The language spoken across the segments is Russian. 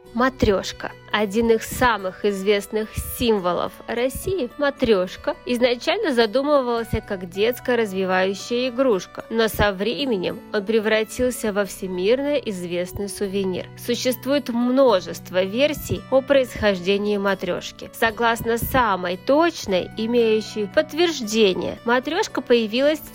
Матрешка. Один из самых известных символов России, матрешка, изначально задумывался как детская развивающая игрушка, но со временем он превратился во всемирно известный сувенир. Существует множество версий о происхождении матрешки. Согласно самой точной, имеющей подтверждение, матрешка появилась в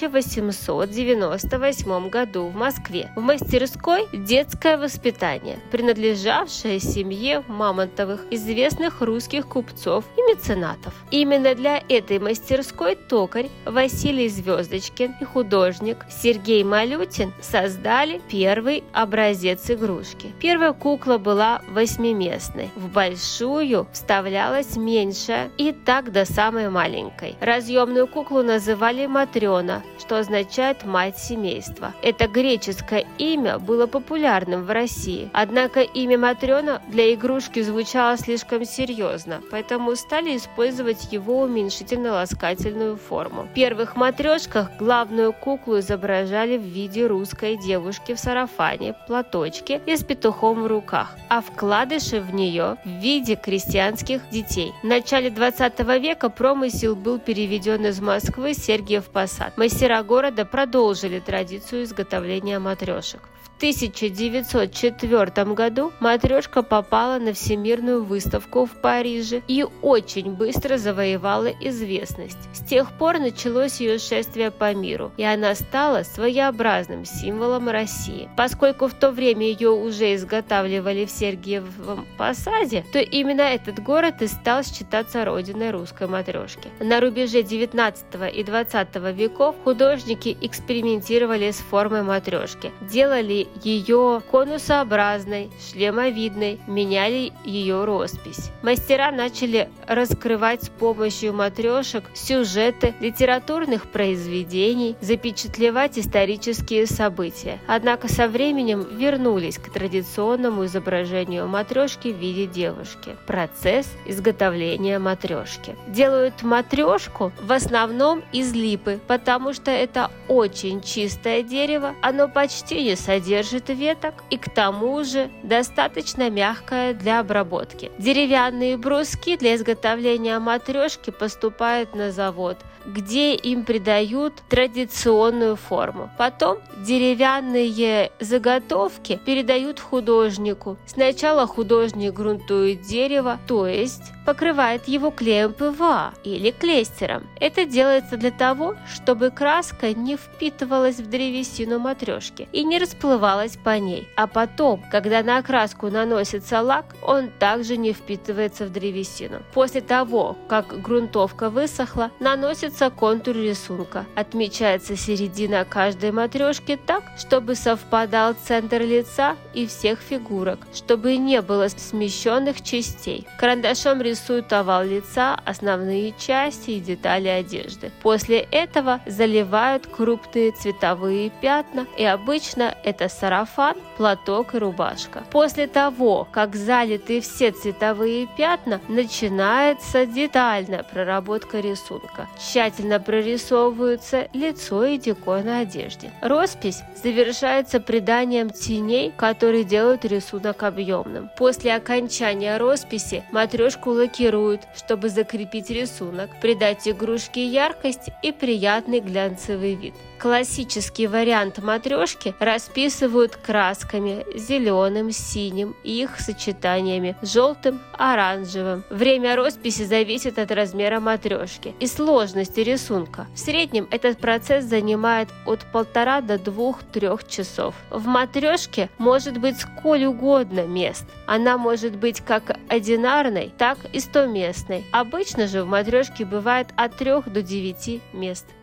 1898 году в Москве в мастерской «Детское воспитание», принадлежавшей семье Мамонтовых, известных русских купцов и меценатов. Именно для этой мастерской токарь Василий Звездочкин и художник Сергей Малютин создали первый образец игрушки. Первая кукла была восьмиместной. В большую вставлялась меньшая, и так до самой маленькой. Разъемную куклу называли Матрена, что означает «мать семейства». Это греческое имя было популярным в России. Однако имя Матрена для игрушки звучало слишком серьезно, поэтому стали использовать его уменьшительно-ласкательную форму. В первых матрешках главную куклу изображали в виде русской девушки в сарафане, платочке и с петухом в руках, а вкладыши в нее в виде крестьянских детей. В начале 20 века промысел был переведен из Москвы в Сергиев Посад. Мастера города продолжили традицию изготовления матрешек. В 1904 году матрешка попала на Всемирную выставку в Париже и очень быстро завоевала известность. С тех пор началось ее шествие по миру, и она стала своеобразным символом России. Поскольку в то время ее уже изготавливали в Сергиевом Посаде, то именно этот город и стал считаться родиной русской матрешки. На рубеже 19 и 20 веков художники экспериментировали с формой матрешки, делали ее конусообразной, шлемовидной, меняли ее роспись. Мастера начали раскрывать с помощью матрешек сюжеты литературных произведений, запечатлевать исторические события. Однако со временем вернулись к традиционному изображению матрешки в виде девушки. Процесс изготовления матрешки. Делают матрешку в основном из липы, потому что это очень чистое дерево, оно почти не содержит веток и к тому же достаточно мягкое для обработки. Деревянные бруски для изготовления матрешки поступают на завод, где им придают традиционную форму. Потом деревянные заготовки передают художнику. Сначала художник грунтует дерево, то есть покрывает его клеем ПВА или клейстером. Это делается для того, чтобы краска не впитывалась в древесину матрешки и не расплывалась по ней. А потом, когда на окраску наносится лак, он также не впитывается в древесину. После того, как грунтовка высохла, наносится контур рисунка. Отмечается середина каждой матрешки так, чтобы совпадал центр лица и всех фигурок, чтобы не было смещенных частей. Карандашом рисуют овал лица, основные части и детали одежды. После этого заливают крупные цветовые пятна, и обычно это сарафан, платок и рубашка. После того, как залиты все цветовые пятна, начинается детальная проработка рисунка. Тщательно прорисовываются лицо и декор на одежде. Роспись завершается приданием теней, которые делают рисунок объемным. После окончания росписи матрешку лакируют, чтобы закрепить рисунок, придать игрушке яркость и приятный глянцевый вид. Классический вариант матрешки расписывают красками зеленым, синим и их сочетаниями желтым, оранжевым. Время росписи зависит от размера матрешки и сложности рисунка. В среднем этот процесс занимает от 1,5 до 2-3 часов. В матрешке может быть сколь угодно мест. Она может быть как одинарной, так и 100-местной. Обычно же в матрешке бывает от 3 до 9 мест.